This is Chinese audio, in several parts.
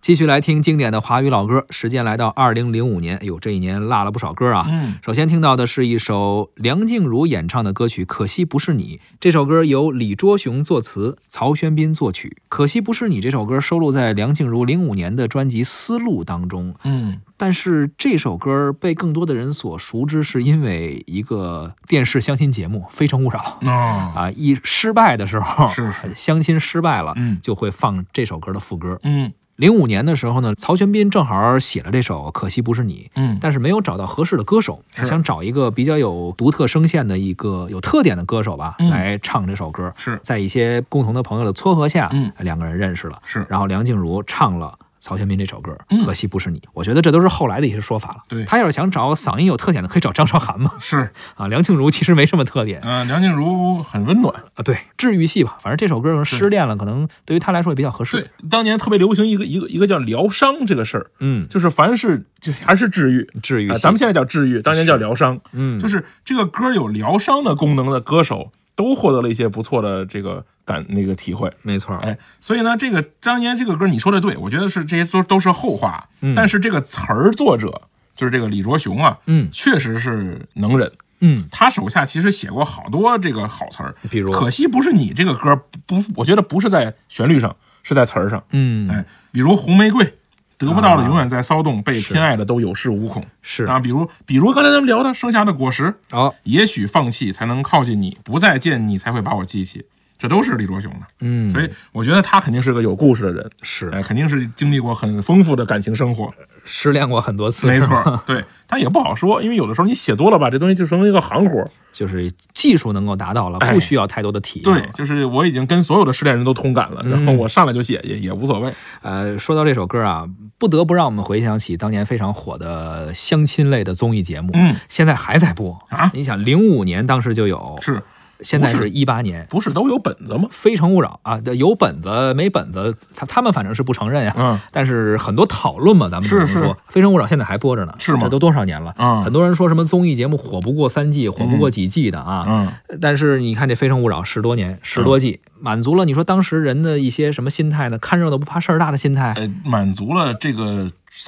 继续来听经典的华语老歌，时间来到2005年，哎呦，这一年落了不少歌啊。首先听到的是一首梁静茹演唱的歌曲《可惜不是你》，这首歌由李卓雄作词，曹轩宾作曲。《可惜不是你》这首歌收录在梁静茹05年的专辑《丝路》当中。但是这首歌被更多的人所熟知，是因为一个电视相亲节目《非诚勿扰》一失败的时候，相亲失败了，就会放这首歌的副歌。05年的时候呢，曹轩宾正好写了这首《可惜不是你》，但是没有找到合适的歌手，想找一个比较有独特声线的一个有特点的歌手吧，来唱这首歌。在一些共同的朋友的撮合下，两个人认识了，然后梁静茹唱了曹轩宾这首歌可惜不是你。我觉得这都是后来的一些说法了。对，他要是想找嗓音有特点的，可以找张韶涵嘛。梁静茹其实没什么特点。 梁静茹很温暖对，治愈系吧。反正这首歌可能失恋了，可能对于他来说也比较合适。 对，当年特别流行一个叫疗伤这个事儿。就是凡是就还是治愈咱们现在叫治愈，当年叫疗伤。就是这个歌有疗伤的功能的歌手，都获得了一些不错的这个体会。 没错。 所以呢，这个当年这个歌你说的对，我觉得是这些都是后话。但是这个词儿作者就是这个李卓雄啊，确实是能人。他手下其实写过好多这个好词儿，比如可惜不是你这个歌我觉得不是在旋律上，是在词儿上。比如红玫瑰，得不到的永远在骚动，被偏爱的都有恃无恐。比如刚才咱们聊的剩下的果实，也许放弃才能靠近你，不再见你才会把我记起。这都是李卓雄的。所以我觉得他肯定是个有故事的人。肯定是经历过很丰富的感情生活， 失恋过很多次。 没错。对，他也不好说，因为有的时候你写多了吧，这东西就成为一个行活， 就是技术能够达到了，不需要太多的体验。 对，就是我已经跟所有的失恋人都同感了，然后我上来就写也无所谓。 说到这首歌啊，不得不让我们回想起当年非常火的相亲类的综艺节目。现在还在播你想05年当时就有。现在是18年， 不是都有本子吗？ 非诚勿扰啊，有本子没本子，他们反正是不承认呀。但是很多讨论嘛，咱们只能说非诚勿扰现在还播着呢，是吗？这都多少年了？很多人说什么综艺节目火不过3季，火不过几季的啊。但是你看这非诚勿扰10多年10多季，满足了你说当时人的一些什么心态呢？看热闹不怕事儿大的心态。 满足了这个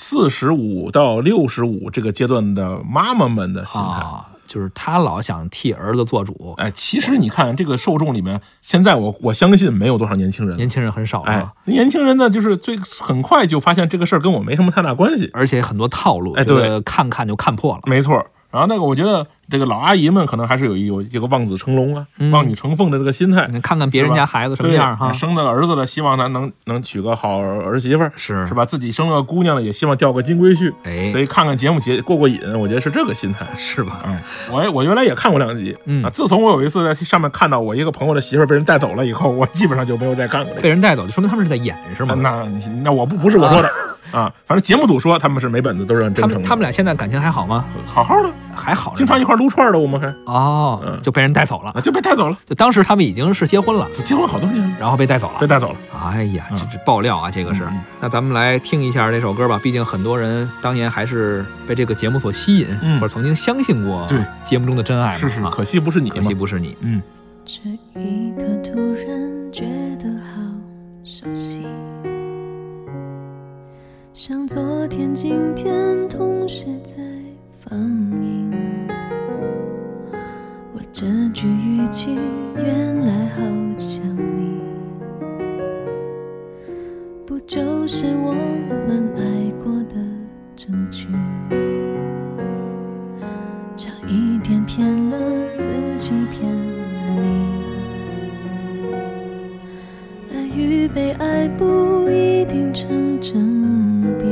45到65这个阶段的妈妈们的心态。 就是他老想替儿子做主。 其实你看这个受众里面，现在我相信没有多少年轻人很少。 年轻人呢，就是很快就发现这个事儿跟我没什么太大关系， 而且很多套路，觉得看就看破了。 没错。然后我觉得这个老阿姨们可能还是有这个望子成龙啊，望女成凤的这个心态。 你看看别人家孩子什么样哈， 生了儿子了，希望他能娶个好儿媳妇儿，是吧？自己生了个姑娘了，也希望钓个金龟婿。所以看看节目过瘾，我觉得是这个心态， 是吧？ 我原来也看过2集。自从我有一次在上面看到我一个朋友的媳妇儿被人带走了以后，我基本上就没有再看过。 被人带走就说明他们是在演，是吗？ 那我不是我说的。反正节目组说他们是没本子，都是很真诚的。 他们俩现在感情还好吗？ 好好的， 还好， 经常一块撸串的，我们还就被人带走了， 就被带走了。 就当时他们已经是结婚了好多年， 然后被带走了。哎呀，这是爆料啊，这个是。那咱们来听一下这首歌吧，毕竟很多人当年还是被这个节目所吸引，或者曾经相信过节目中的真爱。 是，可惜不是你， 可惜不是你。 这一刻突然觉得好熟悉，像昨天今天同时在放映。我这句语气原来好像你，不就是我们爱过的证据？差一点骗了自己，骗了你。爱与被爱不一定成正比，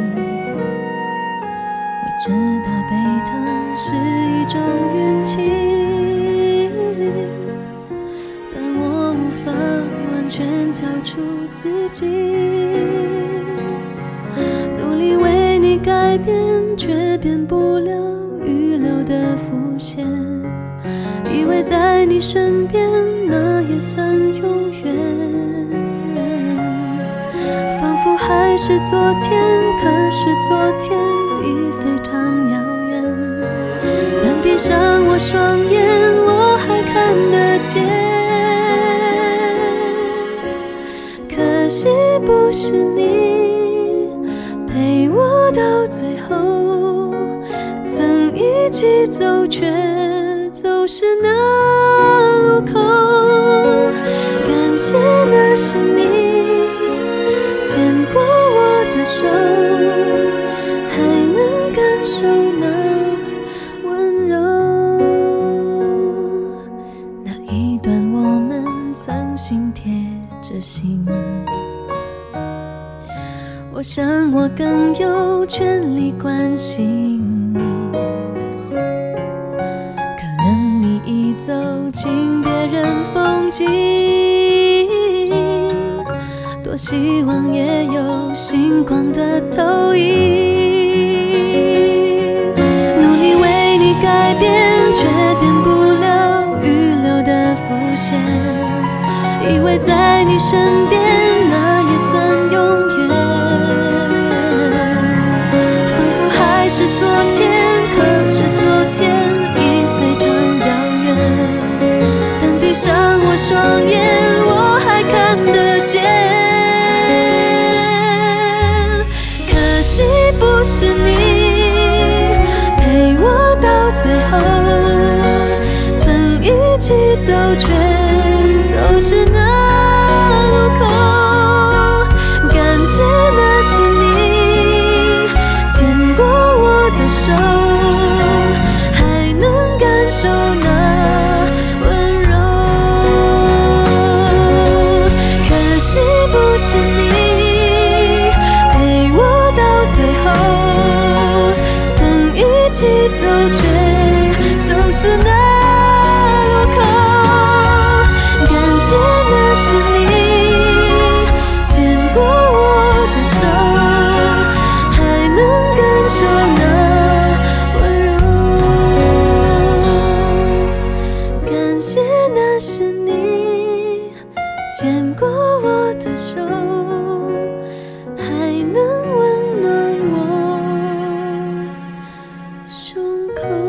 我知道被疼是一种运气，但我无法完全交出自己。努力为你改变，却变不了预留的伏线。以为在你身边，那也算永远。仿佛还是昨天，可是昨天已非常遥远。但闭上我双眼，我还看得见。可惜不是你， 到最后，曾一起走，却走失那路口。感谢那是你牵过我的手，还能感受那温柔。那一段我们曾心贴着心，我想我更有权利关心你，可能你已走进别人风景，多希望也有星光的投影，努力为你改变，却变不了预留的伏线，以为在你身边那也算永远，是昨天，可是昨天已非常遥远，但闭上我双眼，我还看得见。可惜不是你陪我到最后，曾一起走，却走失那路口。感谢那是你手，还能感受那温柔。可惜不是你陪我到最后，曾一起走，却走失那路口。感谢那是你牵过我的手，还能感受那牵过我的手，还能温暖我胸口。